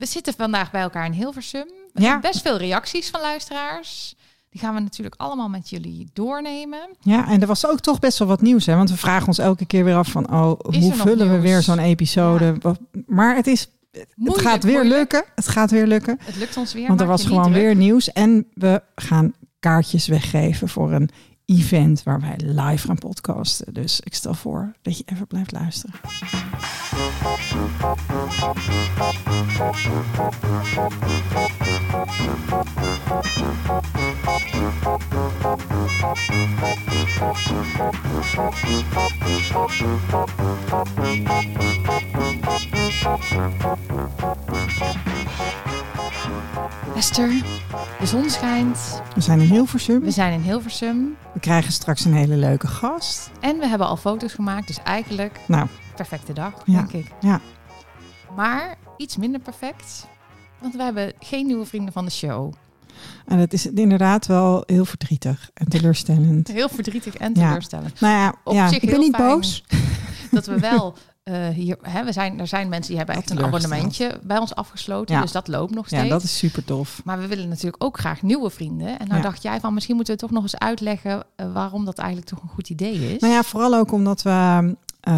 We zitten vandaag bij elkaar in Hilversum. We hebben best veel reacties van luisteraars. Die gaan we natuurlijk allemaal met jullie doornemen. Ja, en er was ook toch best wel wat nieuws. Hè? Want we vragen ons elke keer weer af van... hoe vullen we weer zo'n episode? Ja. Maar het gaat weer lukken. Het gaat weer lukken. Het lukt ons weer. Want er was gewoon weer nieuws. En we gaan kaartjes weggeven voor een event waar wij live gaan podcasten. Dus ik stel voor dat je even blijft luisteren. Esther, de zon schijnt. We zijn in Hilversum. We krijgen straks een hele leuke gast. En we hebben al foto's gemaakt, dus eigenlijk perfecte dag, denk ik. Ja. Maar iets minder perfect, want we hebben geen nieuwe vrienden van de show. En dat is inderdaad wel heel verdrietig en teleurstellend. Heel verdrietig en teleurstellend. Nou ja, ik ben niet boos. Dat we wel... hier, er zijn mensen die hebben echt een abonnementje bij ons afgesloten. Ja. Dus dat loopt nog steeds. Ja, dat is super tof. Maar we willen natuurlijk ook graag nieuwe vrienden. En nou dacht jij van misschien moeten we toch nog eens uitleggen waarom dat eigenlijk toch een goed idee is. Nou ja, vooral ook omdat we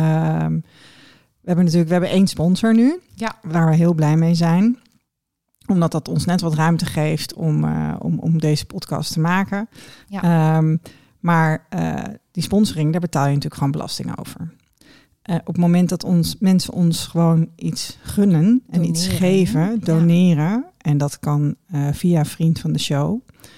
hebben 1 sponsor nu. Ja. Waar we heel blij mee zijn. Omdat dat ons net wat ruimte geeft om deze podcast te maken. Ja. Maar die sponsoring, daar betaal je natuurlijk gewoon belasting over. Op het moment dat mensen ons gewoon iets gunnen en iets geven, doneren, en dat kan via Vriend van de Show,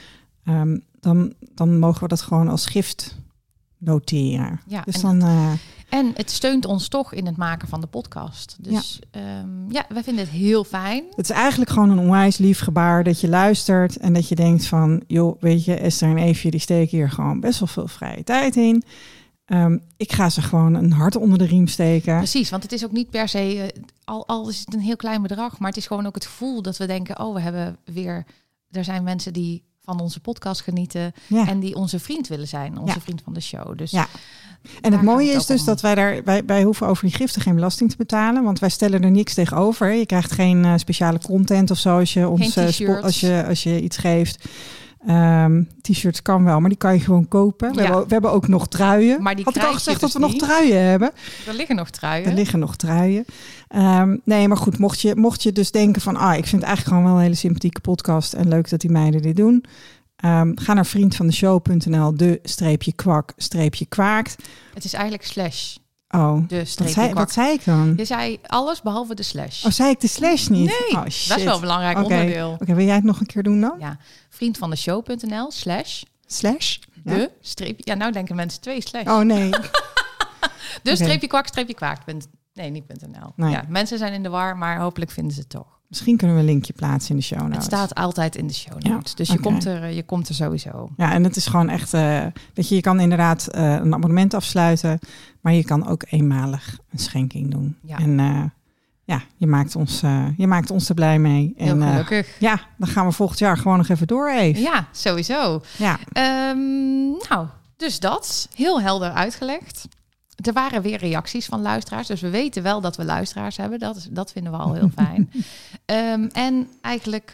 dan mogen we dat gewoon als gift noteren. Ja, dus en het steunt ons toch in het maken van de podcast. Dus wij vinden het heel fijn. Het is eigenlijk gewoon een onwijs lief gebaar dat je luistert en dat je denkt van, joh, weet je, Esther en Eefje, die steken hier gewoon best wel veel vrije tijd in. Ik ga ze gewoon een hart onder de riem steken. Precies, want het is ook niet per se, al is het een heel klein bedrag, maar het is gewoon ook het gevoel dat we denken, we hebben weer, er zijn mensen die van onze podcast genieten en die onze vriend willen zijn, onze vriend van de show. Dus en het mooie is dus dat wij hoeven over die giften geen belasting te betalen, want wij stellen er niks tegenover. Je krijgt geen speciale content of zo als je ons als je iets geeft. T-shirts kan wel, maar die kan je gewoon kopen. We hebben ook nog truien. Maar had ik al gezegd dat we nog truien hebben? Er liggen nog truien. Nee, maar goed, mocht je dus denken van, ik vind het eigenlijk gewoon wel een hele sympathieke podcast en leuk dat die meiden dit doen. Ga naar vriendvandeshow.nl, /kwak/kwaakt. Het is eigenlijk /. Wat zei ik dan? Je zei alles behalve de /. Zei ik de /, niet? Nee, dat is wel een belangrijk onderdeel. Oké, wil jij het nog een keer doen dan? Ja, vriendvandeshow.nl /. De streep. Ja, nou denken mensen 2 /. Oh nee. /kwak/kwaakt. Nee, niet .nl. Nee. Ja, mensen zijn in de war, maar hopelijk vinden ze het toch. Misschien kunnen we een linkje plaatsen in de show notes. Het staat altijd in de show notes. Dus je komt er sowieso. Ja, en het is gewoon echt... je kan inderdaad een abonnement afsluiten, maar je kan ook eenmalig een schenking doen. Ja. En je maakt ons er blij mee. Heel gelukkig. Dan gaan we volgend jaar gewoon nog even door, Eve. Ja, sowieso. Ja. Dus dat. Heel helder uitgelegd. Er waren weer reacties van luisteraars. Dus we weten wel dat we luisteraars hebben. Dat vinden we al heel fijn. En eigenlijk...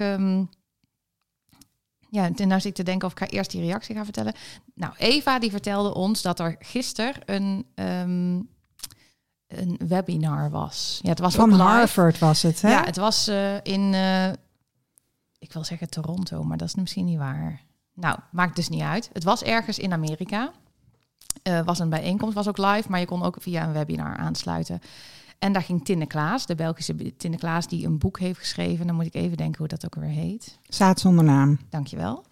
nou zit ik te denken of ik eerst die reactie ga vertellen. Nou, Eva die vertelde ons dat er gisteren een webinar was. Ja, het was van Harvard was het, hè? Ja, het was in... ik wil zeggen Toronto, maar dat is misschien niet waar. Nou, maakt dus niet uit. Het was ergens in Amerika. Was een bijeenkomst, was ook live, maar je kon ook via een webinar aansluiten. En daar ging Tinne Klaas, de Belgische Tinne Klaas, die een boek heeft geschreven. Dan moet ik even denken hoe dat ook weer heet. Zaad zonder naam. Dankjewel.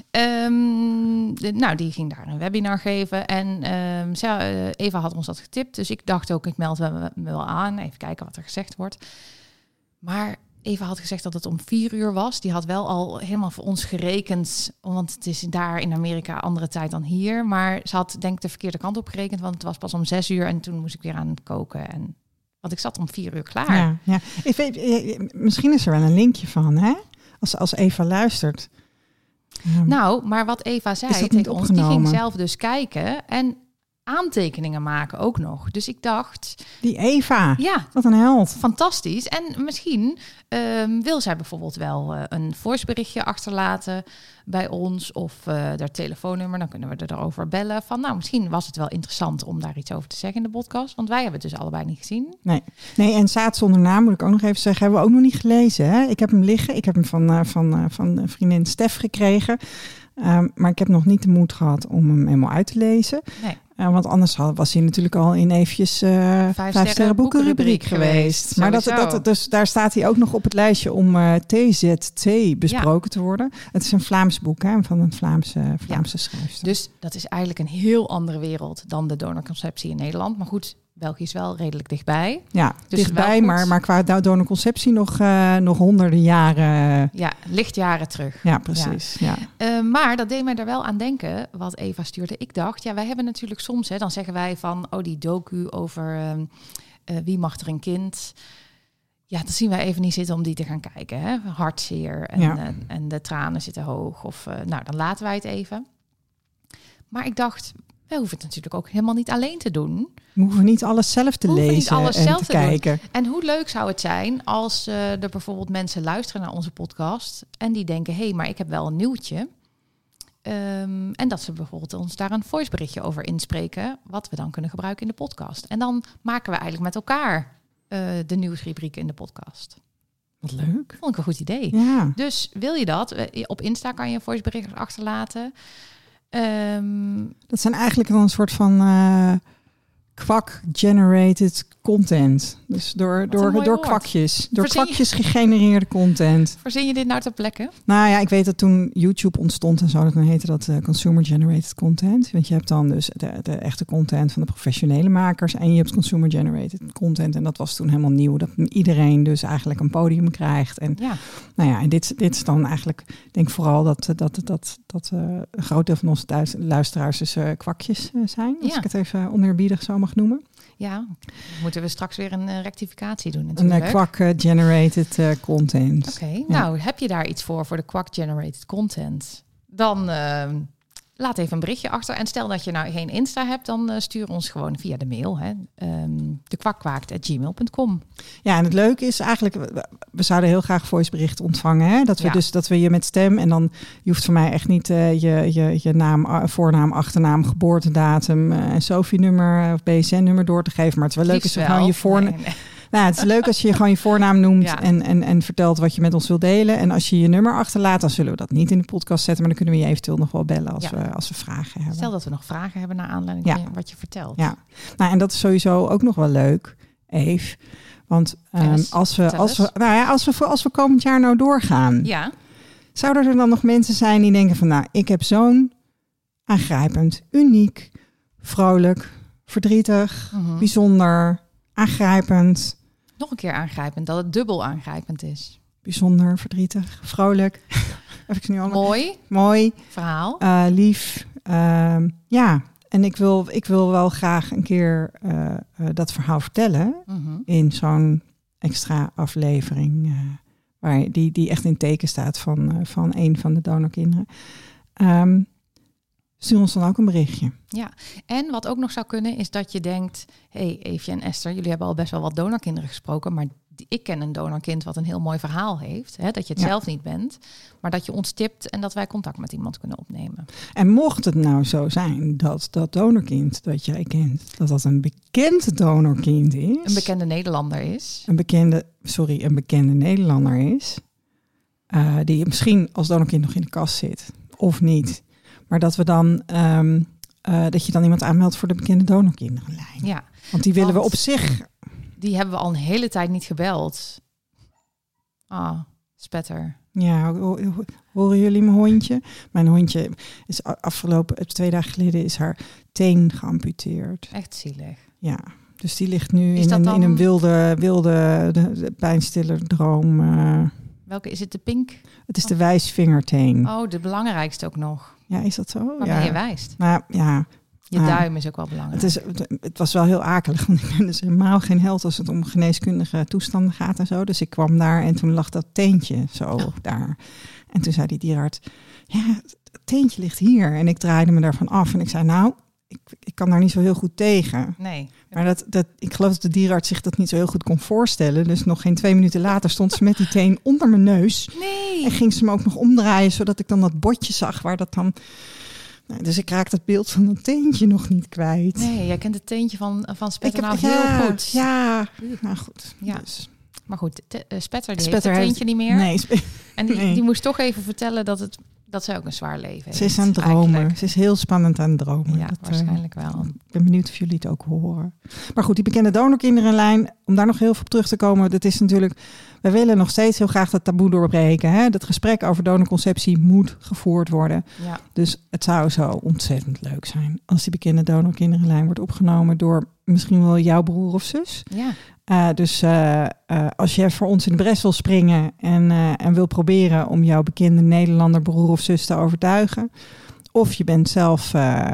Die ging daar een webinar geven. En Eva had ons dat getipt. Dus ik dacht ook, ik meld me wel aan. Even kijken wat er gezegd wordt. Maar Eva had gezegd dat het om 4 uur was. Die had wel al helemaal voor ons gerekend. Want het is daar in Amerika andere tijd dan hier. Maar ze had denk ik de verkeerde kant op gerekend. Want het was pas om 6 uur. En toen moest ik weer aan het koken. Want ik zat om 4 uur klaar. Ja. Misschien is er wel een linkje van, hè? Als Eva luistert. Maar wat Eva zei tegen ons, die ging zelf dus kijken. En aantekeningen maken ook nog. Dus ik dacht... Die Eva, ja, wat een held. Fantastisch. En misschien wil zij bijvoorbeeld wel een voiceberichtje achterlaten bij ons of haar telefoonnummer. Dan kunnen we erover bellen van, nou, misschien was het wel interessant om daar iets over te zeggen in de podcast. Want wij hebben het dus allebei niet gezien. Nee, en Zaad zonder naam, moet ik ook nog even zeggen, hebben we ook nog niet gelezen. Hè? Ik heb hem liggen. Ik heb hem van vriendin Stef gekregen. Maar ik heb nog niet de moed gehad om hem helemaal uit te lezen. Nee. Want anders was hij natuurlijk al in eventjes 5 sterren boekenrubriek geweest. Maar dus daar staat hij ook nog op het lijstje om TZT besproken te worden. Het is een Vlaams boek, hè, van een Vlaamse schrijfster. Dus dat is eigenlijk een heel andere wereld dan de donorconceptie in Nederland. Maar goed, België is wel redelijk dichtbij. Ja, dus dichtbij, maar qua donorconceptie nog honderden jaren. Ja, lichtjaren terug. Ja, precies. Ja. Maar dat deed mij er wel aan denken, wat Eva stuurde. Ik dacht, wij hebben natuurlijk soms, dan zeggen wij van, die docu over wie mag er een kind. Ja, dat zien wij even niet zitten om die te gaan kijken. Hè? Hartzeer en de tranen zitten hoog. Of dan laten wij het even. Maar ik dacht, wij hoeven het natuurlijk ook helemaal niet alleen te doen. We hoeven niet alles zelf te lezen en te kijken. Doen. En hoe leuk zou het zijn als er bijvoorbeeld mensen luisteren naar onze podcast en die denken, maar ik heb wel een nieuwtje. En dat ze bijvoorbeeld ons daar een voiceberichtje over inspreken, wat we dan kunnen gebruiken in de podcast. En dan maken we eigenlijk met elkaar de nieuwsrubriek in de podcast. Wat leuk. Vond ik een goed idee. Ja. Dus wil je dat? Op Insta kan je een voicebericht achterlaten. Dat zijn eigenlijk dan een soort van kwak-generated content. Dus door kwakjes. Door kwakjes gegenereerde content. Verzin je dit nou ter plekke? Nou ja, ik weet dat toen YouTube ontstond en zo, dan heette dat consumer-generated content. Want je hebt dan dus de echte content van de professionele makers en je hebt consumer-generated content. En dat was toen helemaal nieuw, dat iedereen dus eigenlijk een podium krijgt. En en dit is dan eigenlijk, ik denk vooral dat een groot deel van onze luisteraars dus kwakjes zijn. Als ik het even oneerbiedig zo mag noemen. Ja, moeten we straks weer een rectificatie doen natuurlijk. Een kwak-generated content. Oké, nou heb je daar iets voor de kwak-generated content? Dan laat even een berichtje achter. En stel dat je nou geen Insta hebt, dan stuur ons gewoon via de mail. dekwakwaakt@gmail.com. Ja, en het leuke is eigenlijk, we zouden heel graag voiceberichten ontvangen. Hè? Dat we je met stem en dan, je hoeft van mij echt niet je naam, voornaam, achternaam, geboortedatum en SOFI-nummer of BSN-nummer door te geven. Maar het is wel leuk als je gewoon je voornaam... Nee. Nou, het is leuk als je gewoon je voornaam noemt en vertelt wat je met ons wilt delen. En als je je nummer achterlaat, dan zullen we dat niet in de podcast zetten. Maar dan kunnen we je eventueel nog wel bellen als we vragen hebben. Stel dat we nog vragen hebben naar aanleiding van wat je vertelt. Ja, nou en dat is sowieso ook nog wel leuk, Eve. Want als we komend jaar nou doorgaan, zouden er dan nog mensen zijn die denken van, nou, ik heb zo'n aangrijpend, uniek, vrolijk, verdrietig, bijzonder, aangrijpend. Nog een keer aangrijpend, dat het dubbel aangrijpend is. Bijzonder, verdrietig, vrolijk. Heb ik ze nu allemaal? Mooi. Verhaal. Lief. En ik wil wel graag een keer dat verhaal vertellen in zo'n extra aflevering waar die echt in teken staat van een van de donorkinderen. Stuur ons dan ook een berichtje. Ja, en wat ook nog zou kunnen is dat je denkt, Eefje en Esther, jullie hebben al best wel wat donorkinderen gesproken, maar ik ken een donorkind wat een heel mooi verhaal heeft. Hè, dat je het zelf niet bent, maar dat je ons tipt en dat wij contact met iemand kunnen opnemen. En mocht het nou zo zijn dat donorkind dat jij kent, dat een bekend donorkind is. Een bekende Nederlander is. Een bekende Nederlander is. Die misschien als donorkind nog in de kast zit. Of niet. Maar dat we dan dat je dan iemand aanmeldt voor de bekende donorkinderenlijn. Ja. Want die willen we op zich. Die hebben we al een hele tijd niet gebeld. Spetter. Ja, horen jullie mijn hondje? Mijn hondje is afgelopen 2 dagen geleden is haar teen geamputeerd. Echt zielig. Ja, dus die ligt nu in een wilde pijnstiller droom. Welke is het? De pink? Het is de wijsvingerteen. Oh, de belangrijkste ook nog. Ja, is dat zo? Waarmee je wijst. Nou, ja. Je duim is ook wel belangrijk. Het was wel heel akelig, want ik ben dus helemaal geen held als het om geneeskundige toestanden gaat en zo. Dus ik kwam daar en toen lag dat teentje zo daar. En toen zei die dierarts, ja, het teentje ligt hier. En ik draaide me daarvan af en ik zei, nou, ik kan daar niet zo heel goed tegen. Nee. Maar ik geloof dat de dierenarts zich dat niet zo heel goed kon voorstellen. Dus nog geen 2 minuten later stond ze met die teen onder mijn neus. Nee. En ging ze me ook nog omdraaien, zodat ik dan dat botje zag waar dat dan... Nou, dus ik raak dat beeld van dat teentje nog niet kwijt. Nee, jij kent het teentje van Spetter heel goed. Ja, nou goed. Ja. Dus. Maar goed, Spetter heeft het teentje niet meer. Nee. En die moest toch even vertellen dat zij ook een zwaar leven heeft. Ze is aan het dromen. Eigenlijk. Ze is heel spannend aan het dromen. Ja, waarschijnlijk wel. Ik ben benieuwd of jullie het ook horen. Maar goed, die bekende donorkinderenlijn, om daar nog heel veel op terug te komen. Dat is natuurlijk, wij willen nog steeds heel graag dat taboe doorbreken. Hè? Dat gesprek over donorconceptie moet gevoerd worden. Ja. Dus het zou zo ontzettend leuk zijn als die bekende donorkinderenlijn wordt opgenomen door misschien wel jouw broer of zus. Ja. Dus als je voor ons in de bres wil springen en wil proberen om jouw bekende Nederlander, broer of zus te overtuigen. Of je bent zelf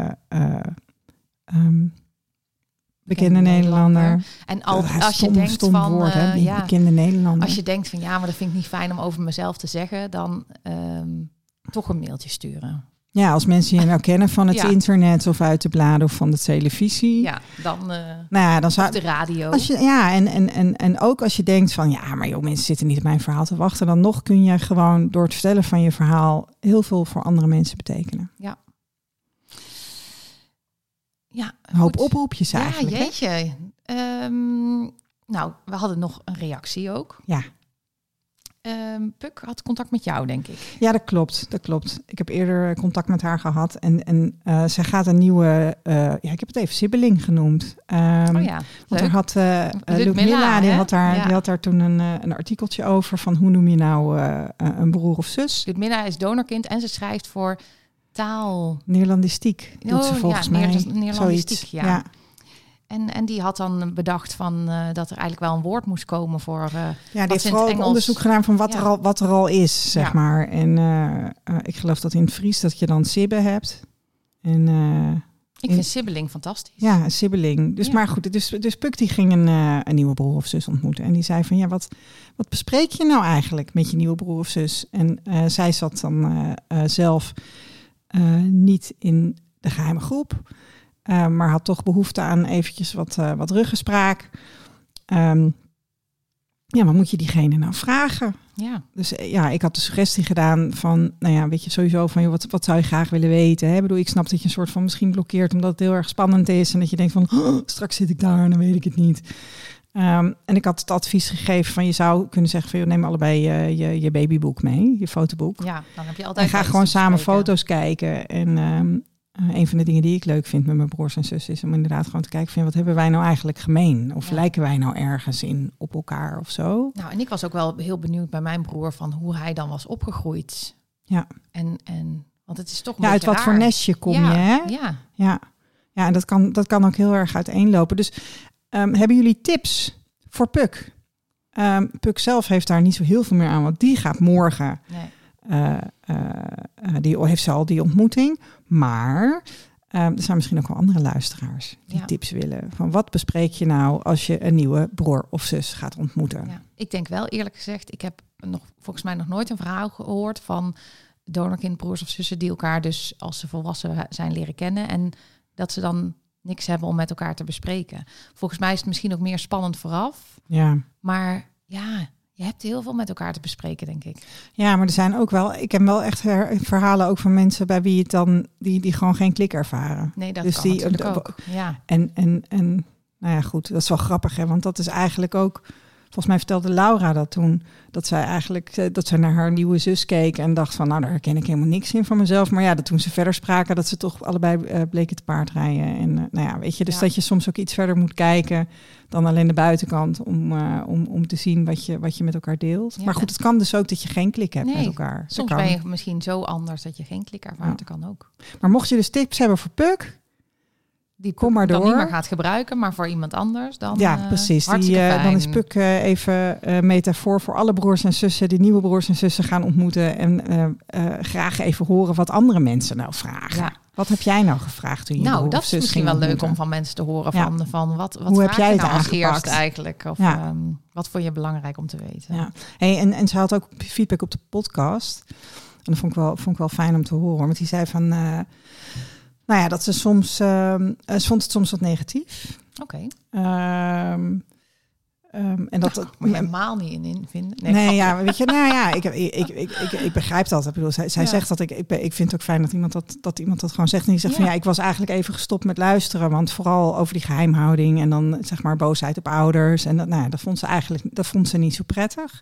bekende Nederlander. En als je denkt van woord, bekende Nederlander. Als je denkt van ja, maar dat vind ik niet fijn om over mezelf te zeggen, dan toch een mailtje sturen. Ja, als mensen je nou kennen van het internet of uit de bladen of van de televisie. Ja, dan zou de radio. En ook als je denkt van ja, maar joh, mensen zitten niet op mijn verhaal te wachten. Dan nog kun je gewoon door het vertellen van je verhaal heel veel voor andere mensen betekenen. Ja. Ja, een hoop oproepjes eigenlijk. Ja, jeetje. Nou, we hadden nog een reactie ook. Ja. Puk had contact met jou, denk ik. Ja, dat klopt. Ik heb eerder contact met haar gehad. En zij gaat een nieuwe... ik heb het even sibbeling genoemd. Want er had Ludmilla, die had daar toen een artikeltje over van hoe noem je nou een broer of zus. Ludmilla is donorkind en ze schrijft voor taal... Neerlandistiek doet ze volgens mij. Neerlandistiek, zoiets. Ja. En die had dan bedacht van dat er eigenlijk wel een woord moest komen voor. Die heeft vooral onderzoek gedaan van wat er al is, zeg maar. En ik geloof dat in het Fries dat je dan sibbe hebt. Ik vind sibbeling fantastisch. Ja, een sibbeling. Dus maar goed, dus Puk die ging een nieuwe broer of zus ontmoeten. En die zei van ja, wat bespreek je nou eigenlijk met je nieuwe broer of zus? En zij zat dan zelf niet in de geheime groep. Maar had toch behoefte aan eventjes wat ruggespraak. Maar moet je diegene nou vragen? Ja. Dus ik had de suggestie gedaan van, weet je, sowieso van, joh, wat zou je graag willen weten? Hè? Ik snap dat je een soort van misschien blokkeert omdat het heel erg spannend is. En dat je denkt van, straks zit ik daar en dan weet ik het niet. En ik had het advies gegeven van, je zou kunnen zeggen van, joh, neem allebei je babyboek mee, je fotoboek. Ja, dan heb je altijd. En ga gewoon samen foto's kijken. En een van de dingen die ik leuk vind met mijn broers en zussen is om inderdaad gewoon te kijken van wat hebben wij nou eigenlijk gemeen? Of lijken wij nou ergens in op elkaar of zo? Nou, en ik was ook wel heel benieuwd bij mijn broer van hoe hij dan was opgegroeid. Ja. En want het is toch een uit wat raar. voor nestje kom je, hè? Ja. Ja, en dat kan ook heel erg uiteenlopen. Dus hebben jullie tips voor Puk? Puk zelf heeft daar niet zo heel veel meer aan, want die gaat morgen. Nee. Die heeft ze al die ontmoeting. Maar er zijn misschien ook wel andere luisteraars die tips willen. Van wat bespreek je nou als je een nieuwe broer of zus gaat ontmoeten? Ja, ik denk wel eerlijk gezegd, ik heb volgens mij nog nooit een verhaal gehoord van donorkindbroers of zussen die elkaar dus als ze volwassen zijn leren kennen. En dat ze dan niks hebben om met elkaar te bespreken. Volgens mij is het misschien ook meer spannend vooraf. Ja. Maar ja, je hebt heel veel met elkaar te bespreken, denk ik. Ja, maar er zijn ook wel... Ik heb wel echt verhalen ook van mensen bij wie het dan... die gewoon geen klik ervaren. Nee, dat dus kan natuurlijk ook. Ja. En nou ja, goed, dat is wel grappig, hè? Want dat is eigenlijk ook... Volgens mij vertelde Laura dat toen. Dat zij eigenlijk dat zij naar haar nieuwe zus keek en dacht van, nou, daar herken ik helemaal niks in van mezelf. Maar ja, dat toen ze verder spraken, dat ze toch allebei bleken te paardrijden. En nou ja, weet je, dus dat je soms ook iets verder moet kijken dan alleen de buitenkant om te zien wat je met elkaar deelt. Ja. Maar goed, het kan dus ook dat je geen klik hebt met elkaar. Soms ben je misschien zo anders dat je geen klik ervaart. Dat kan ook. Maar mocht je dus tips hebben voor Puk, die kom maar door. Dan niet meer gaat gebruiken, maar voor iemand anders dan. Ja, precies. Dan is Puk even metafoor voor alle broers en zussen die nieuwe broers en zussen gaan ontmoeten en graag even horen wat andere mensen nou vragen. Ja. Wat heb jij nou gevraagd toen je broer dat of is zus misschien wel ontmoeten? leuk om van mensen te horen van wat hoe heb jij het nou als aangepakt? Eerst eigenlijk? Of wat vond je belangrijk om te weten? Ja. Hey, en ze had ook feedback op de podcast. En dat vond ik wel fijn om te horen. Want die zei van... Nou ja, dat ze soms... ze vond het soms wat negatief. Oké. En dat moet je helemaal niet in vinden. Nee, ja, weet je, nou ja, ik begrijp dat. Ik bedoel, zij zegt dat ik vind het ook fijn dat iemand dat gewoon zegt. En die zegt van ja, ik was eigenlijk even gestopt met luisteren, want vooral over die geheimhouding en dan zeg maar boosheid op ouders en dat vond ze niet zo prettig.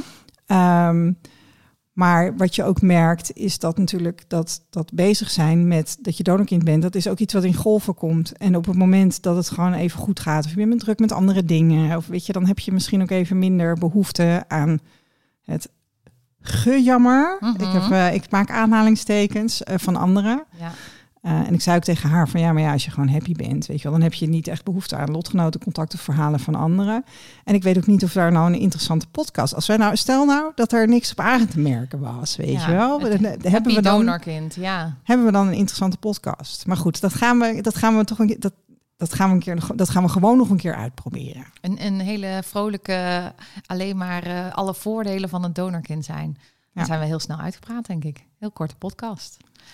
Maar wat je ook merkt is dat natuurlijk dat bezig zijn met dat je donorkind bent, dat is ook iets wat in golven komt. En op het moment dat het gewoon even goed gaat, of je bent druk met andere dingen, of weet je, dan heb je misschien ook even minder behoefte aan het gejammer. Ik maak aanhalingstekens van anderen. Ja. En ik zei ook tegen haar van maar als je gewoon happy bent, weet je wel, dan heb je niet echt behoefte aan lotgenotencontact of verhalen van anderen. En ik weet ook niet of daar nou een interessante podcast. Als wij stel nou dat er niks op aan te merken was, weet je wel. Hebben we dan donorkind, hebben we dan een interessante podcast? Maar goed, dat gaan we toch dat gaan we gewoon nog een keer uitproberen. Een hele vrolijke, alleen maar alle voordelen van een donorkind zijn. Dan zijn we heel snel uitgepraat, denk ik. Heel korte podcast.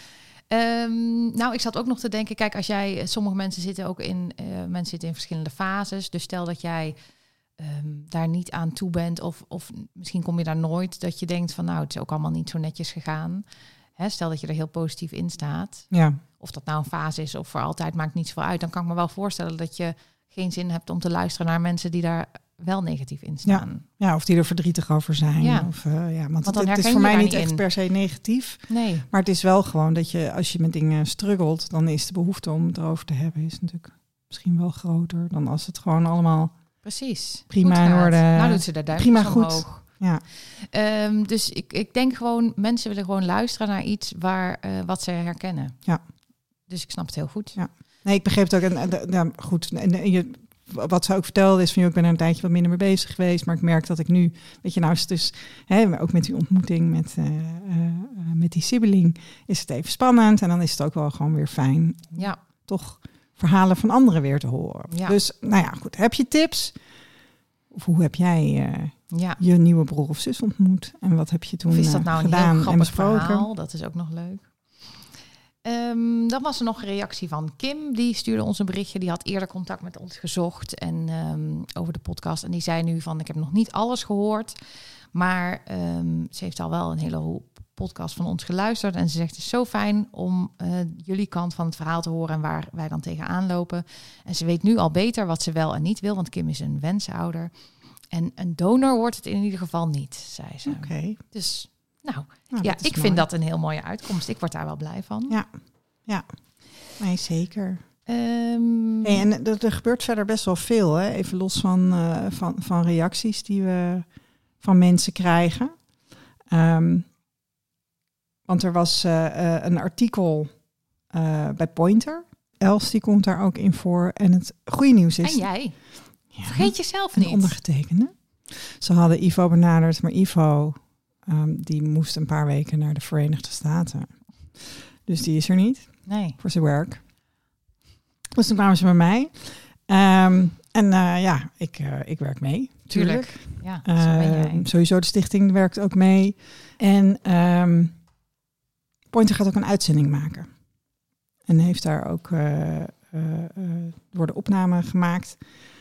Ik zat ook nog te denken, kijk, sommige mensen zitten ook mensen zitten in verschillende fases. Dus stel dat jij daar niet aan toe bent, of misschien kom je daar nooit, dat je denkt van het is ook allemaal niet zo netjes gegaan. Stel dat je er heel positief in staat. Ja. Of dat nou een fase is of voor altijd, maakt niet zoveel uit. Dan kan ik me wel voorstellen dat je geen zin hebt om te luisteren naar mensen die daar wel negatief in staan. Ja, of die er verdrietig over zijn. Ja. Want het is voor mij niet echt per se negatief. Nee. Maar het is wel gewoon dat je, als je met dingen struggelt, dan is de behoefte om het erover te hebben is natuurlijk misschien wel groter dan als het gewoon allemaal prima in orde. Nou doet ze daar duimpjes omhoog. Goed. Ja. Dus ik denk gewoon, mensen willen gewoon luisteren naar iets wat ze herkennen. Ja. Dus ik snap het heel goed. Ja. Nee, ik begreep het ook. Goed. Wat ze ook vertelde is van, ik ben er een tijdje wat minder mee bezig geweest, maar ik merk dat ik nu, weet je, nou is het dus, ook met die ontmoeting met die sibling, is het even spannend en dan is het ook wel gewoon weer fijn. Ja. Toch verhalen van anderen weer te horen. Ja. Dus, goed. Heb je tips? Of hoe heb jij je nieuwe broer of zus ontmoet? En wat heb je toen gedaan? Is dat nou een heel grappig verhaal? Dat is ook nog leuk. Dan was er nog een reactie van Kim. Die stuurde ons een berichtje. Die had eerder contact met ons gezocht en over de podcast. En die zei nu van, ik heb nog niet alles gehoord. Maar ze heeft al wel een hele hoop podcast van ons geluisterd. En ze zegt, het is zo fijn om jullie kant van het verhaal te horen en waar wij dan tegenaan lopen. En ze weet nu al beter wat ze wel en niet wil. Want Kim is een wensouder. En een donor wordt het in ieder geval niet, zei ze. Oké. Dus... ik vind dat een heel mooie uitkomst. Ik word daar wel blij van. Ja. Nee, zeker. En er gebeurt verder best wel veel, hè? Even los van reacties die we van mensen krijgen. Want er was een artikel bij Pointer. Els, die komt daar ook in voor. En het goede nieuws is... En jij? Vergeet jezelf niet. Ondergetekende. Ze hadden Ivo benaderd, maar Ivo... die moest een paar weken naar de Verenigde Staten. Dus die is er niet. Nee. Voor zijn werk. Dus toen kwamen ze bij mij. Ik werk mee. Tuurlijk. Ja, zo ben jij. Sowieso de stichting werkt ook mee. En Pointer gaat ook een uitzending maken. En heeft daar ook... worden opnamen gemaakt.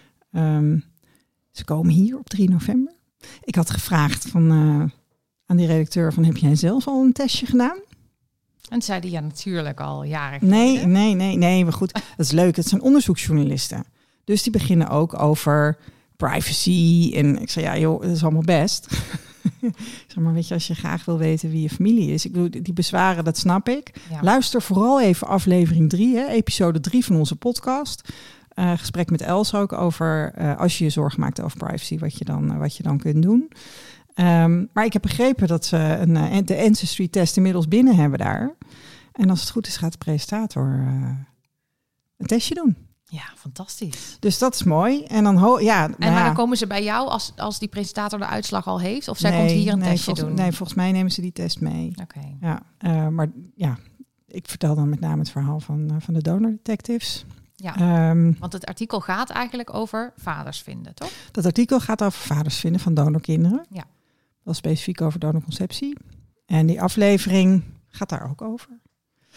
Ze komen hier op 3 november. Ik had gevraagd aan die redacteur van, heb jij zelf al een testje gedaan? En zei die natuurlijk al jaren geleden. Nee, maar goed. Dat is leuk. Het zijn onderzoeksjournalisten. Dus die beginnen ook over privacy. En ik zei, dat is allemaal best. Zeg maar, weet je, als je graag wil weten wie je familie is. Ik bedoel, die bezwaren, dat snap ik. Ja. Luister vooral even aflevering 3, episode 3 van onze podcast. Gesprek met Els ook over, als je je zorgen maakt over privacy, wat je dan kunt doen. Maar ik heb begrepen dat ze de Ancestry test inmiddels binnen hebben daar. En als het goed is, gaat de presentator een testje doen. Ja, fantastisch. Dus dat is mooi. En dan maar dan komen ze bij jou als die presentator de uitslag al heeft? Of zij komt hier een testje doen? Nee, volgens mij nemen ze die test mee. Oké. Ja, maar ja, ik vertel dan met name het verhaal van de donor detectives. Ja, want het artikel gaat eigenlijk over vaders vinden, toch? Dat artikel gaat over vaders vinden van donorkinderen. Ja. Wel specifiek over donorconceptie. En die aflevering gaat daar ook over.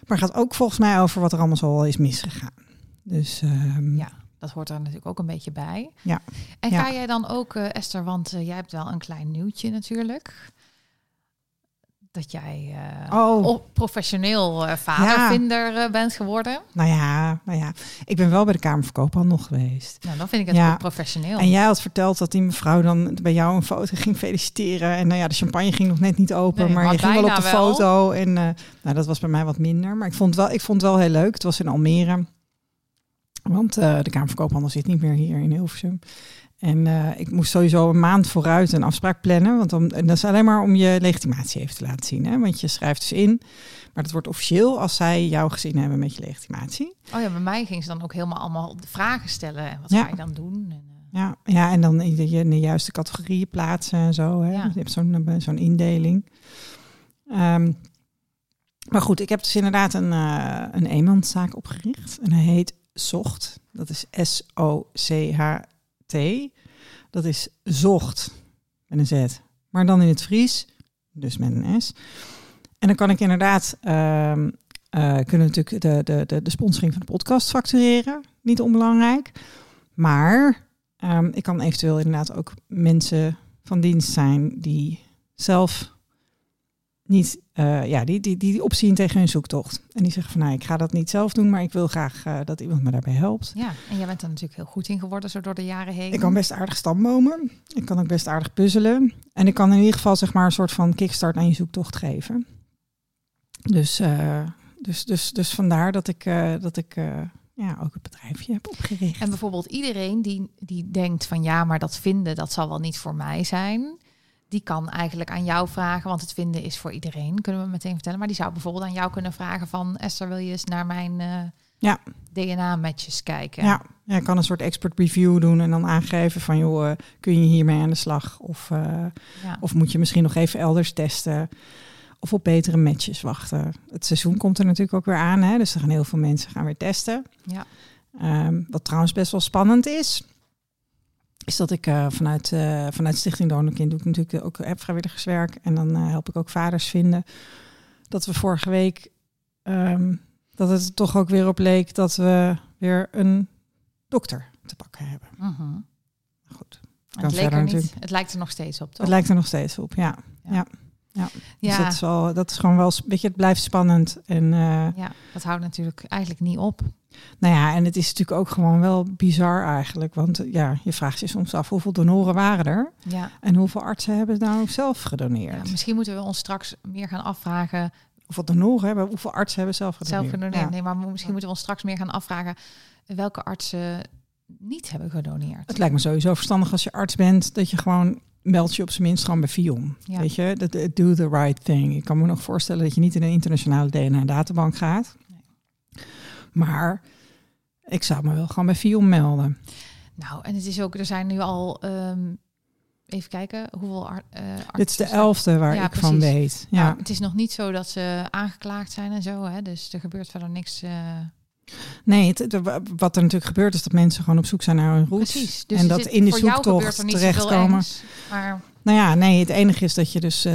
Maar het gaat ook volgens mij over wat er allemaal zo al is misgegaan. Dus ja, dat hoort er natuurlijk ook een beetje bij. Ja. En ga jij dan ook, Esther, want jij hebt wel een klein nieuwtje natuurlijk. Dat jij professioneel vadervinder bent geworden. Nou ja, ik ben wel bij de Kamer van Koophandel geweest. Nou, dan vind ik het ook professioneel. En jij had verteld dat die mevrouw dan bij jou een foto ging feliciteren. En de champagne ging nog net niet open, maar je ging wel op de foto. En dat was bij mij wat minder. Maar ik vond het wel heel leuk. Het was in Almere. Want de Kamer van Koophandel zit niet meer hier in Hilversum. En ik moest sowieso een maand vooruit een afspraak plannen. En dat is alleen maar om je legitimatie even te laten zien. Hè? Want je schrijft dus in. Maar dat wordt officieel als zij jou gezien hebben met je legitimatie. Oh ja, bij mij ging ze dan ook helemaal allemaal vragen stellen. En wat ga je dan doen? En, en dan in de juiste categorieën plaatsen en zo. Hè? Je hebt zo'n indeling. Maar goed, ik heb dus inderdaad een eenmanszaak opgericht. En hij heet Zocht. Dat is SOCHT. Dat is Zocht met een Z. Maar dan in het Fries, dus met een S. En dan kan ik inderdaad kunnen natuurlijk de sponsoring van de podcast factureren. Niet onbelangrijk. Maar ik kan eventueel inderdaad ook mensen van dienst zijn die zelf niet die opzien tegen hun zoektocht. En die zeggen van ik ga dat niet zelf doen, maar ik wil graag dat iemand me daarbij helpt. Ja, en jij bent er natuurlijk heel goed in geworden zo door de jaren heen. Ik kan best aardig stambomen. Ik kan ook best aardig puzzelen. En ik kan in ieder geval zeg maar een soort van kickstart aan je zoektocht geven. Dus vandaar dat ik ook het bedrijfje heb opgericht. En bijvoorbeeld iedereen die denkt van maar dat vinden, dat zal wel niet voor mij zijn. Die kan eigenlijk aan jou vragen, want het vinden is voor iedereen, kunnen we meteen vertellen. Maar die zou bijvoorbeeld aan jou kunnen vragen van Esther, wil je eens naar mijn DNA-matches kijken? Ja, ik kan een soort expert review doen en dan aangeven van joh, kun je hiermee aan de slag? Of moet je misschien nog even elders testen? Of op betere matches wachten? Het seizoen komt er natuurlijk ook weer aan, hè? Dus er gaan heel veel mensen weer testen. Ja. Wat trouwens best wel spannend is dat ik vanuit Stichting Donorkind doe ik natuurlijk ook vrijwilligerswerk. En dan help ik ook vaders vinden. Dat we vorige week, dat het toch ook weer op leek dat we weer een dokter te pakken hebben. Uh-huh. Goed. Het lijkt er nog steeds op, toch? Het lijkt er nog steeds op, ja. Dus dat is gewoon wel, weet je, het blijft spannend. En, dat houdt natuurlijk eigenlijk niet op. Nou ja, en het is natuurlijk ook gewoon wel bizar eigenlijk. Want je vraagt je soms af hoeveel donoren waren er? Ja. En hoeveel artsen hebben nou zelf gedoneerd? Ja, misschien moeten we ons straks meer gaan afvragen. Hoeveel donoren hebben, hoeveel artsen hebben zelf gedoneerd? Ja. Nee, maar misschien moeten we ons straks meer gaan afvragen welke artsen niet hebben gedoneerd. Het lijkt me sowieso verstandig als je arts bent, dat je gewoon meld je op zijn minst gewoon bij FIOM. Ja. Weet je, do the right thing. Ik kan me nog voorstellen dat je niet in een internationale DNA-databank gaat. Nee. Maar ik zou me wel gewoon bij FIOM melden. Nou, en het is ook, er zijn nu al, even kijken, hoeveel artsen... Dit is de 11e waar ik van weet. Ja. Nou, het is nog niet zo dat ze aangeklaagd zijn en zo, hè? Dus er gebeurt verder niks... Nee, wat er natuurlijk gebeurt is dat mensen gewoon op zoek zijn naar hun roots. Precies. Dus en dat in de zoektocht terechtkomen. Maar... Nou ja, nee, het enige is dat je dus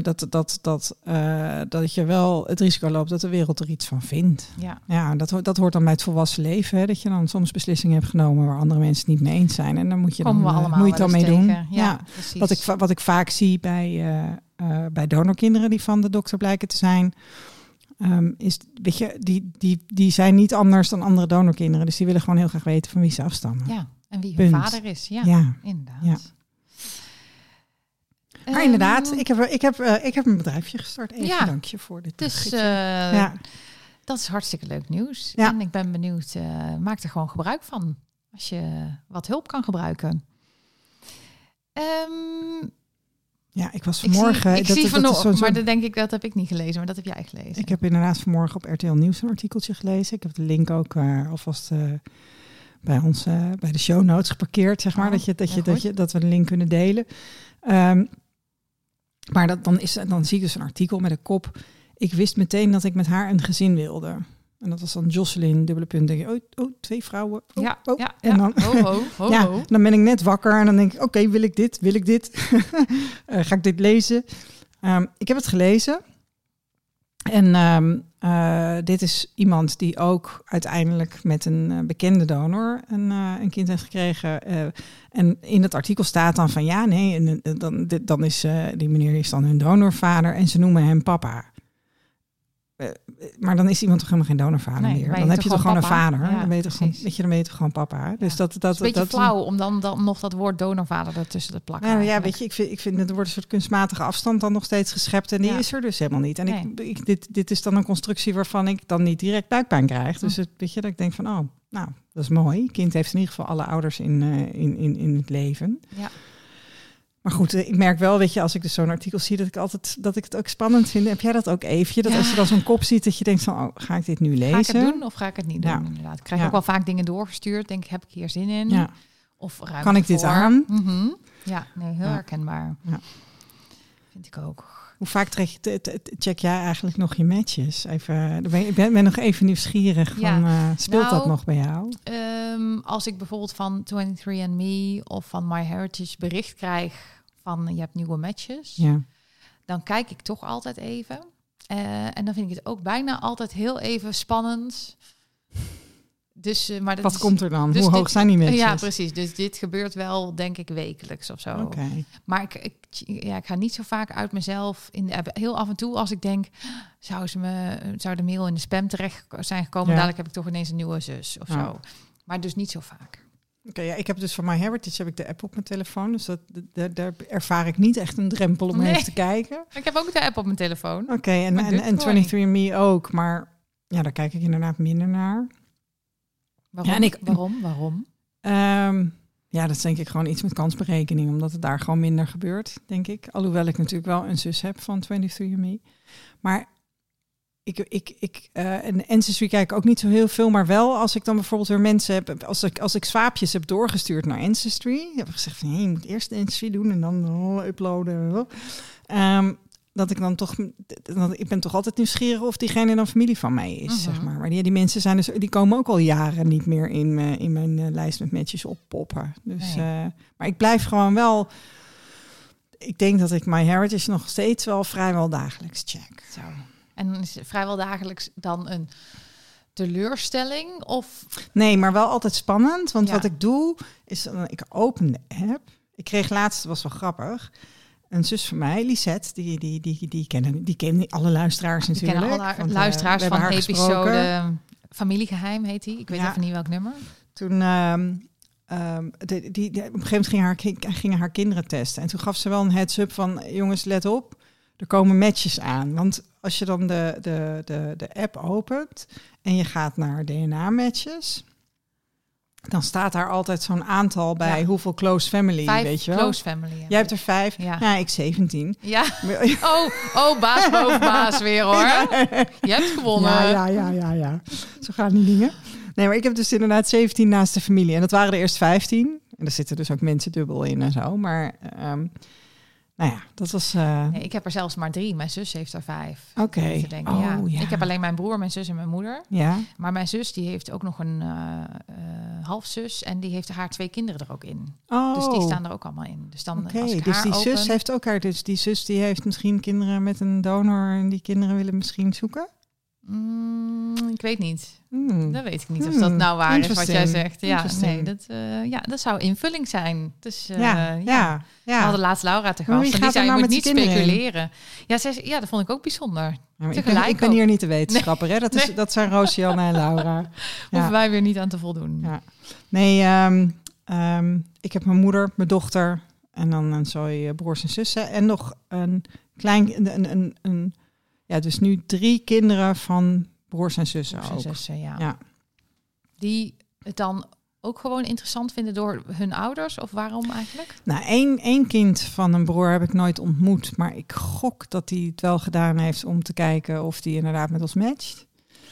dat je wel het risico loopt dat de wereld er iets van vindt. Ja, dat hoort dan bij het volwassen leven. Hè, dat je dan soms beslissingen hebt genomen waar andere mensen het niet mee eens zijn. En dan moet je het dan mee doen. Ja, wat ik vaak zie bij donorkinderen die van de dokter blijken te zijn. Is, weet je, die zijn niet anders dan andere donorkinderen. Dus die willen gewoon heel graag weten van wie ze afstammen. Ja, en wie hun vader is. Ja, inderdaad. Ja. Maar inderdaad, ik heb een bedrijfje gestart. Even dank je voor dit. Dus dat is hartstikke leuk nieuws. Ja. En ik ben benieuwd, maak er gewoon gebruik van. Als je wat hulp kan gebruiken. Ja, ik was vanmorgen... Ik zie vanochtend, maar dan denk ik, dat heb ik niet gelezen, maar dat heb jij gelezen. Ik heb inderdaad vanmorgen op RTL Nieuws een artikeltje gelezen. Ik heb de link ook alvast bij ons bij de show notes geparkeerd, zeg maar. Dat we de link kunnen delen. Maar dan zie ik dus een artikel met een kop. Ik wist meteen dat ik met haar een gezin wilde. En dat was dan Jocelyn, dubbele punt. Denk je, 2 vrouwen. En dan, dan ben ik net wakker en dan denk ik, oké, wil ik dit? Ga ik dit lezen? Ik heb het gelezen. En dit is iemand die ook uiteindelijk met een bekende donor een kind heeft gekregen. En in het artikel staat dan van dan is die meneer is dan hun donorvader en ze noemen hem papa. Maar dan is iemand toch helemaal geen donorvader meer. Dan heb je toch gewoon een vader. Ja, dan weet je gewoon papa. Ja. Dus dat is een beetje flauw om dan nog dat woord donorvader ertussen te plakken. Nou, ja, weet je, ik vind het wordt een soort kunstmatige afstand dan nog steeds geschept. En die is er dus helemaal niet. En dit is dan een constructie waarvan ik dan niet direct buikpijn krijg. Dus weet je, dat ik denk van, dat is mooi. Het kind heeft in ieder geval alle ouders in het leven. Ja. Maar goed, ik merk wel, weet je, als ik dus zo'n artikel zie, dat ik het ook spannend vind. Heb jij dat ook eventjes? Dat als je dan zo'n kop ziet, dat je denkt van, ga ik dit nu lezen? Ga ik het doen of ga ik het niet doen? Inderdaad. Ik krijg ook wel vaak dingen doorgestuurd. Denk ik, heb ik hier zin in? Ja. Of ruimte kan ik dit aan? Mm-hmm. Ja, nee, heel herkenbaar. Ja. Vind ik ook. Hoe vaak check jij eigenlijk nog je matches? Ik ben nog even nieuwsgierig. Speelt dat nog bij jou? Als ik bijvoorbeeld van 23andMe of van MyHeritage bericht krijg van je hebt nieuwe matches, dan kijk ik toch altijd even. En dan vind ik het ook bijna altijd heel even spannend. Dus, maar wat komt er dan? Dus hoe hoog zijn die matches? Ja, precies. Dus dit gebeurt wel, denk ik, wekelijks of zo. Okay. Maar ik ga niet zo vaak uit mezelf in de app. Heel af en toe als ik denk, zou de mail in de spam terecht zijn gekomen, dadelijk heb ik toch ineens een nieuwe zus of zo. Maar dus niet zo vaak. Oké, ik heb dus van MyHeritage heb ik de app op mijn telefoon. Dus daar ervaar ik niet echt een drempel om even te kijken. Ik heb ook de app op mijn telefoon. Oké, en 23andMe ook. Maar daar kijk ik inderdaad minder naar. Waarom? Waarom? Dat is denk ik gewoon iets met kansberekening. Omdat het daar gewoon minder gebeurt, denk ik. Alhoewel ik natuurlijk wel een zus heb van 23andMe. Maar en Ancestry kijk ik ook niet zo heel veel. Maar wel als ik dan bijvoorbeeld weer mensen heb. Als ik swaapjes heb doorgestuurd naar Ancestry. Heb ik gezegd van je moet eerst Ancestry doen en dan uploaden. Dat ik dan toch, ik ben toch altijd nieuwsgierig of diegene dan familie van mij is, zeg maar. Maar die mensen zijn dus, die komen ook al jaren niet meer in mijn lijst met matches oppoppen. Dus, maar ik blijf gewoon wel. Ik denk dat ik MyHeritage nog steeds wel vrijwel dagelijks check. Zo. En is vrijwel dagelijks dan een teleurstelling of? Nee, maar wel altijd spannend. Want wat ik doe is, ik open de app. Ik kreeg laatst, het was wel grappig. Een zus van mij, Lisette, die kennen alle luisteraars natuurlijk. Die kennen alle luisteraars van episode Familiegeheim heet die. Ik weet even niet welk nummer. Toen op een gegeven moment gingen haar kinderen testen. En toen gaf ze wel een heads-up van, jongens, let op, er komen matches aan. Want als je dan de app opent en je gaat naar DNA-matches, dan staat daar altijd zo'n aantal bij hoeveel close family, 5 weet je wel. Close family. Jij hebt er 5. Ja, ik 17. Ja. Oh, baas boven baas weer hoor. Je hebt gewonnen. Ja. Zo gaan die dingen. Nee, maar ik heb dus inderdaad 17 naast de familie. En dat waren er eerst 15. En er zitten dus ook mensen dubbel in en zo. Maar dat was... Nee, ik heb er zelfs maar 3. Mijn zus heeft er 5. Oké. Ik heb alleen mijn broer, mijn zus en mijn moeder. Ja. Maar mijn zus die heeft ook nog een halfzus. En die heeft haar 2 kinderen er ook in. Oh. Dus die staan er ook allemaal in. Dus dan als ik dus haar die open, zus heeft ook haar... Dus die zus die heeft misschien kinderen met een donor... en die kinderen willen misschien zoeken? Ik weet niet. Dat weet ik niet of dat nou waar is wat jij zegt. Ja, nee, dat zou invulling zijn. Dus we hadden laatst Laura te gast. En die zei, je moet niet speculeren. Ja, dat vond ik ook bijzonder. Ja, ik ben hier niet de wetenschapper. Nee. Hè? Dat zijn Roosjanne en Laura. Hoeven wij weer niet aan te voldoen. Ja. Nee, ik heb mijn moeder, mijn dochter en dan een zooi broers en zussen. En nog een klein... dus nu 3 kinderen van broers en zussen ook. Zussen, ja. Die het dan ook gewoon interessant vinden door hun ouders? Of waarom eigenlijk? Nou, één kind van een broer heb ik nooit ontmoet. Maar ik gok dat hij het wel gedaan heeft om te kijken of die inderdaad met ons matcht.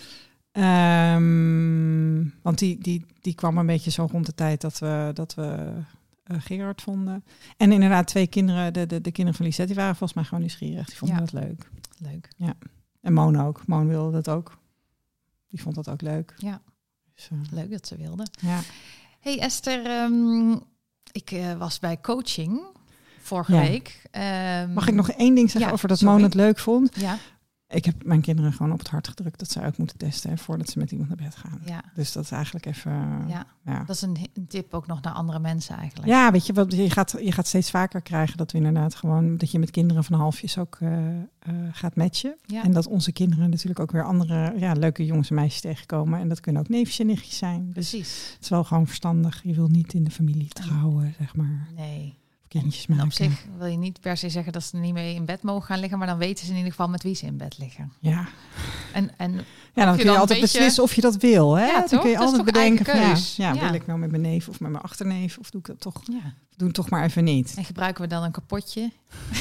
Want die kwam een beetje zo rond de tijd dat we Gerard vonden. En inderdaad 2 kinderen, de kinderen van Lisette, die waren volgens mij gewoon nieuwsgierig. Die vonden dat leuk. Leuk. Ja. En Moon ook. Moon wilde dat ook. Die vond dat ook leuk. Ja. Dus, leuk dat ze wilde. Ja. Hey Esther, ik was bij coaching vorige week. Mag ik nog 1 ding zeggen over dat Moon het leuk vond? Ja. Ik heb mijn kinderen gewoon op het hart gedrukt dat ze uit moeten testen voordat ze met iemand naar bed gaan. Ja. Dus dat is eigenlijk even... Ja. Dat is een tip ook nog naar andere mensen eigenlijk. Ja, weet je, wat je gaat steeds vaker krijgen dat we inderdaad gewoon... dat je met kinderen van halfjes ook gaat matchen. Ja. En dat onze kinderen natuurlijk ook weer andere leuke jongens en meisjes tegenkomen. En dat kunnen ook neefjes en nichtjes zijn. Dus precies. Het is wel gewoon verstandig. Je wil niet in de familie trouwen, zeg maar. Nee. Kindjes maken. Op zich wil je niet per se zeggen dat ze er niet mee in bed mogen gaan liggen, maar dan weten ze in ieder geval met wie ze in bed liggen. Ja. En dan kun je altijd beslissen of je dat wil. Hè? Ja, dan kun je dat altijd bedenken van wil ik nou met mijn neef of met mijn achterneef of doe ik dat toch? Ja. Doe het toch maar even niet. En gebruiken we dan een kapotje?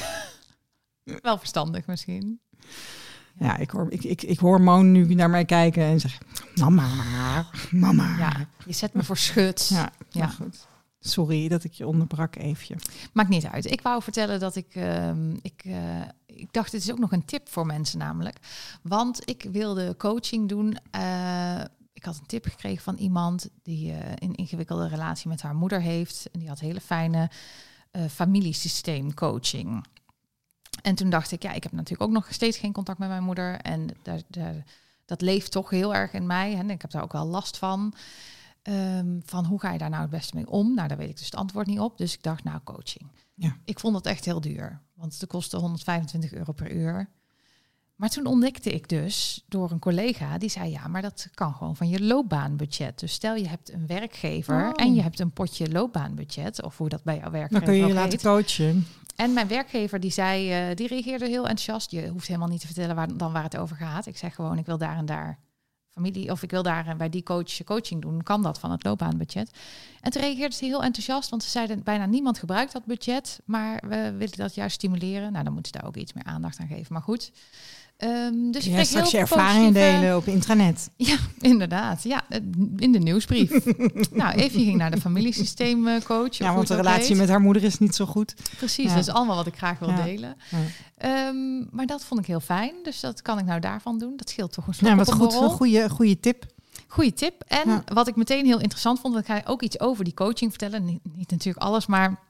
Wel verstandig misschien. Ja, ik hoor Moon nu naar mij kijken en zeg mama. Ja, je zet me voor schut. Ja. Goed. Sorry dat ik je onderbrak even. Maakt niet uit. Ik wou vertellen dat ik dacht, het is ook nog een tip voor mensen namelijk. Want ik wilde coaching doen. Ik had een tip gekregen van iemand die een ingewikkelde relatie met haar moeder heeft. En die had hele fijne familiesysteemcoaching. En toen dacht ik, ik heb natuurlijk ook nog steeds geen contact met mijn moeder. En dat leeft toch heel erg in mij. En ik heb daar ook wel last van. Van hoe ga je daar nou het beste mee om? Nou, daar weet ik dus het antwoord niet op. Dus ik dacht, coaching. Ja. Ik vond dat echt heel duur. Want het kostte €125 per uur. Maar toen ontdekte ik dus door een collega die zei, maar dat kan gewoon van je loopbaanbudget. Dus stel je hebt een werkgever en je hebt een potje loopbaanbudget. Of hoe dat bij jouw werkgever dan kun je je laten coachen. En mijn werkgever die zei, die reageerde heel enthousiast. Je hoeft helemaal niet te vertellen waar het over gaat. Ik zeg gewoon, ik wil daar en daar familie, of ik wil daar bij die coaching doen, kan dat van het loopbaanbudget. En toen reageerde ze heel enthousiast, want ze zeiden bijna niemand gebruikt dat budget, maar we willen dat juist stimuleren. Nou, dan moeten ze daar ook iets meer aandacht aan geven. Maar goed. Dus ik kreeg straks je ervaringen delen op intranet. Ja, inderdaad. Ja, in de nieuwsbrief. Evie ging naar de familiesysteemcoach. Ja, want de relatie met haar moeder is niet zo goed. Precies, dat is allemaal wat ik graag wil delen. Ja. Maar dat vond ik heel fijn. Dus dat kan ik nou daarvan doen. Dat scheelt toch een slok op een borrel. Een goede tip. Goeie tip. En wat ik meteen heel interessant vond, want ik ga ook iets over die coaching vertellen. Niet natuurlijk alles, maar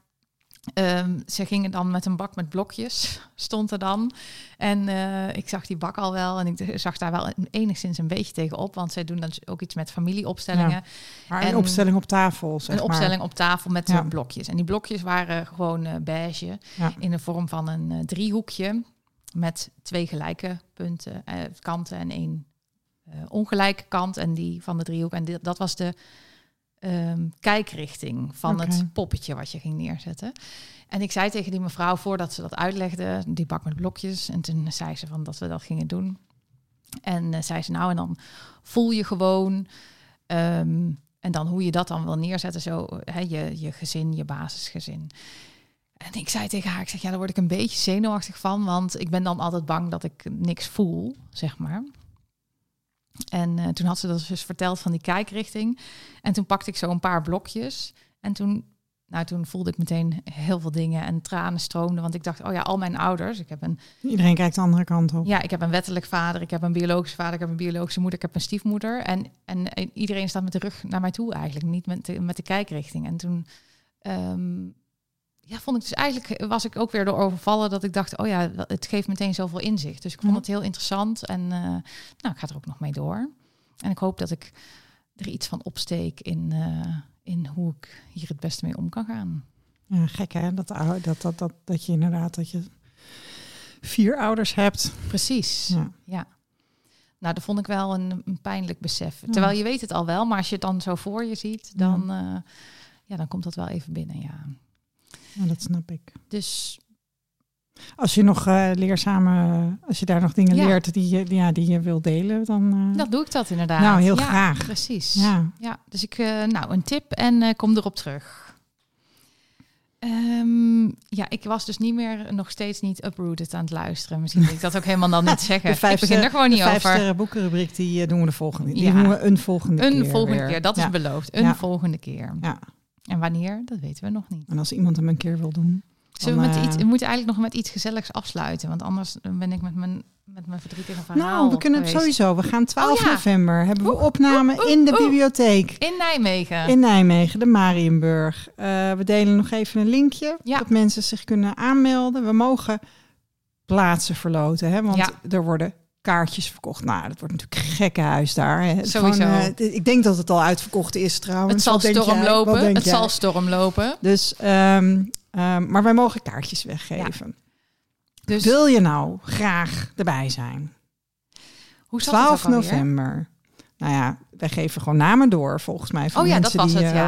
ze gingen dan met een bak met blokjes, stond er dan. En ik zag die bak al wel en ik zag daar wel enigszins een beetje tegenop, want zij doen dan ook iets met familieopstellingen. Ja, maar een opstelling op tafel, zeg maar. Een opstelling op tafel met blokjes. En die blokjes waren gewoon beige in de vorm van een driehoekje met 2 gelijke punten, kanten en 1 ongelijke kant. En die van de driehoek. En dat was de kijkrichting van het poppetje wat je ging neerzetten. En ik zei tegen die mevrouw, voordat ze dat uitlegde, die bak met blokjes. En toen zei ze van dat we dat gingen doen. En zei ze, en dan voel je gewoon. En dan hoe je dat dan wil neerzetten. Zo, je gezin, je basisgezin. En ik zei tegen haar, daar word ik een beetje zenuwachtig van. Want ik ben dan altijd bang dat ik niks voel, zeg maar. En toen had ze dat dus verteld van die kijkrichting. En toen pakte ik zo een paar blokjes. En toen voelde ik meteen heel veel dingen en tranen stroomden. Want ik dacht, al mijn ouders. Iedereen kijkt de andere kant op. Ja, ik heb een wettelijk vader, ik heb een biologische vader, ik heb een biologische moeder, ik heb een stiefmoeder. En iedereen staat met de rug naar mij toe eigenlijk, niet met de kijkrichting. En toen vond ik dus eigenlijk, was ik ook weer door overvallen dat ik dacht, het geeft meteen zoveel inzicht. Dus ik vond het heel interessant en ik ga er ook nog mee door. En ik hoop dat ik er iets van opsteek in hoe ik hier het beste mee om kan gaan. Ja, gek hè, dat je inderdaad 4 ouders hebt. Precies, ja. Nou, dat vond ik wel een pijnlijk besef. Ja. Terwijl je weet het al wel, maar als je het dan zo voor je ziet, dan, dan komt dat wel even binnen, ja. Ja, dat snap ik. Dus als je nog als je daar nog dingen leert die je wil delen, dan dan doe ik dat inderdaad. Nou, heel graag. Precies. Ja. Dus ik een tip en kom erop terug. Ik was dus nog steeds niet uprooted aan het luisteren. Misschien moet ik dat ook helemaal dan niet zeggen. Ik begin er gewoon niet over. De 5 boekenrubriek, die doen we de volgende. Die doen we een volgende keer. Een volgende keer, dat is beloofd. Een volgende keer. Ja. En wanneer, dat weten we nog niet. En als iemand hem een keer wil doen. We moeten eigenlijk nog met iets gezelligs afsluiten. Want anders ben ik met mijn verdrietige verhaal. Nou, we kunnen het sowieso. We gaan 12 november. Hebben we opname in de bibliotheek. In Nijmegen. In Nijmegen, de Mariënburg. We delen nog even een linkje. Dat mensen zich kunnen aanmelden. We mogen plaatsen verloten. Hè? Want er worden kaartjes verkocht. Nou, dat wordt natuurlijk een gekkenhuis daar. Hè. Sowieso. Gewoon, ik denk dat het al uitverkocht is trouwens. Het zal stormlopen. Dus, maar wij mogen kaartjes weggeven. Ja. Dus wil je nou graag erbij zijn? Hoe 12 november. Nou ja, wij geven gewoon namen door, volgens mij. Van mensen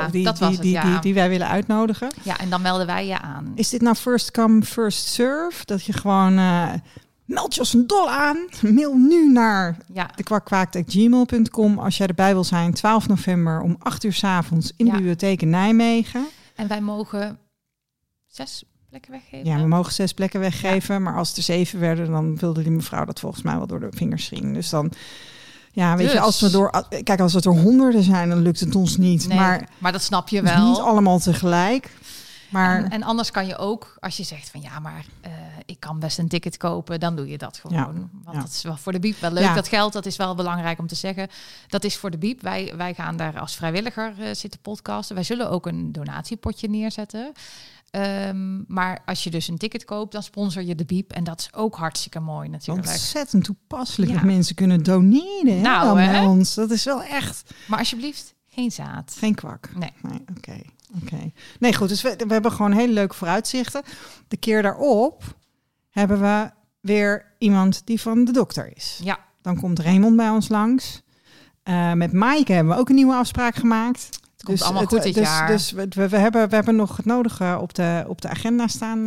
die wij willen uitnodigen. Ja, en dan melden wij je aan. Is dit nou first come, first serve? Dat je gewoon... meld je als een dol aan. Mail nu naar dekwakwaakt@gmail.com als jij erbij wil zijn. 12 november om 8 uur 's avonds in de bibliotheek in Nijmegen. En wij mogen 6 plekken weggeven? Ja, we mogen 6 plekken weggeven. Ja. Maar als het er 7 werden, dan wilde die mevrouw dat volgens mij wel door de vingers zien. Dus dan... Ja, weet je, als het er honderden zijn, dan lukt het ons niet. Nee, maar dat snap je wel. Niet allemaal tegelijk. Maar... En anders kan je ook, als je zegt van ik kan best een ticket kopen, dan doe je dat gewoon. Ja. Want dat is wel voor de Biep wel leuk. Ja. Dat geld, dat is wel belangrijk om te zeggen. Dat is voor de Biep. Wij gaan daar als vrijwilliger zitten podcasten. Wij zullen ook een donatiepotje neerzetten. Maar als je dus een ticket koopt, dan sponsor je de Biep. En dat is ook hartstikke mooi natuurlijk. Ontzettend toepasselijk dat mensen kunnen doneren bij ons. Dat is wel echt... Maar alsjeblieft, geen zaad. Geen kwak. Nee. Oké. Nee, goed. Dus we hebben gewoon hele leuke vooruitzichten. De keer daarop hebben we weer iemand die van de dokter is. Ja. Dan komt Raymond bij ons langs. Met Maaike hebben we ook een nieuwe afspraak gemaakt. Het komt allemaal goed dit jaar. Dus we hebben nog het nodige op de agenda staan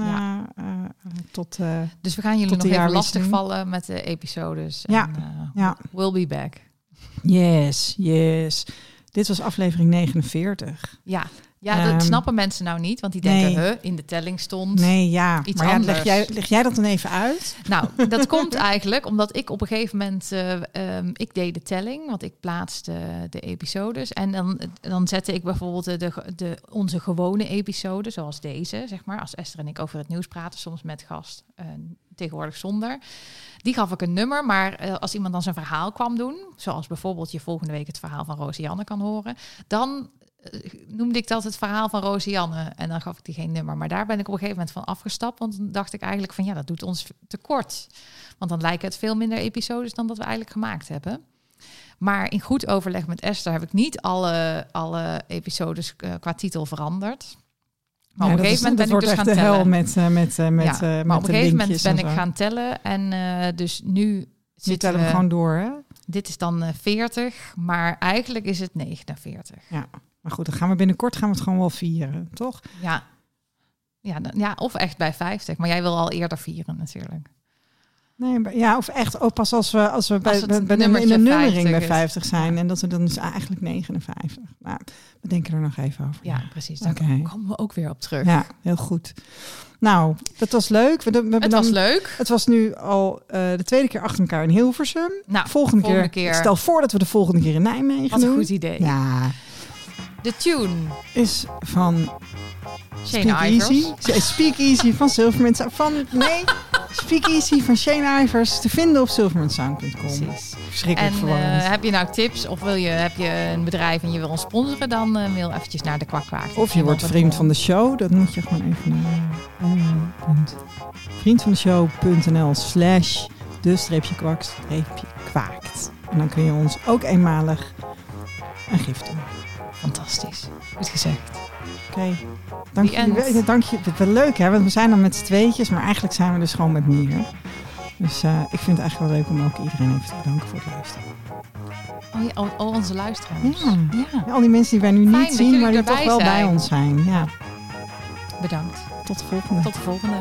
tot dus we gaan jullie nog even lastigvallen met de episodes. We'll be back. Yes. Dit was aflevering 49. Ja, dat snappen mensen nou niet, want die denken, in de telling stond iets anders. Leg jij dat dan even uit? Nou, dat komt eigenlijk omdat ik op een gegeven moment, ik deed de telling, want ik plaatste de episodes. En dan zette ik bijvoorbeeld onze gewone episode, zoals deze, zeg maar, als Esther en ik over het nieuws praten, soms met gast, tegenwoordig zonder. Die gaf ik een nummer, maar als iemand dan zijn verhaal kwam doen, zoals bijvoorbeeld je volgende week het verhaal van Rosianne kan horen, dan noemde ik dat het verhaal van Rosianne. En dan gaf ik die geen nummer. Maar daar ben ik op een gegeven moment van afgestapt. Want dan dacht ik eigenlijk van dat doet ons tekort. Want dan lijken het veel minder episodes dan dat we eigenlijk gemaakt hebben. Maar in goed overleg met Esther heb ik niet alle episodes qua titel veranderd. Maar op een gegeven moment ben ik dus gaan tellen. Maar op een gegeven moment ben ik gaan tellen. En dus nu tellen we gewoon door, hè? Dit is dan 40, maar eigenlijk is het 49. Ja. Maar goed, dan gaan we binnenkort het gewoon wel vieren, toch? Ja, of echt bij 50. Maar jij wil al eerder vieren natuurlijk. Nee, maar of echt pas als we in de nummering bij 50 zijn. Ja. En dat we dan dus eigenlijk 59. Nou, we denken er nog even over. Ja, precies. Daar komen we ook weer op terug. Ja, heel goed. Nou, dat was leuk. Was leuk. Het was nu al de tweede keer achter elkaar in Hilversum. Nou, volgende keer. Stel voor dat we de volgende keer in Nijmegen doen. Wat een goed idee. Ja. De tune is van Shane Ivers. Speak Easy van Silverman Sound. Speak Easy van Shane Ivers te vinden op silvermansound.com. Precies. Verschrikkelijk verwarrend. Heb je nou tips of heb je een bedrijf en je wil ons sponsoren, dan mail eventjes naar de Kwakwaakt. Of je wordt vriend van de show. Dat moet je gewoon even naar vriendvandeshow.nl/de-kwak-kwaakt. En dan kun je ons ook eenmalig een gift doen. Fantastisch. Goed gezegd. Oké. Dank je. Het is wel leuk, hè? Want we zijn dan met z'n tweetjes, maar eigenlijk zijn we dus gewoon met meer. Dus ik vind het eigenlijk wel leuk om ook iedereen even te bedanken voor het luisteren. Al onze luisteraars. Ja, al die mensen die wij nu niet zien, maar die toch wel bij ons zijn. Ja. Bedankt. Tot de volgende. Tot de volgende.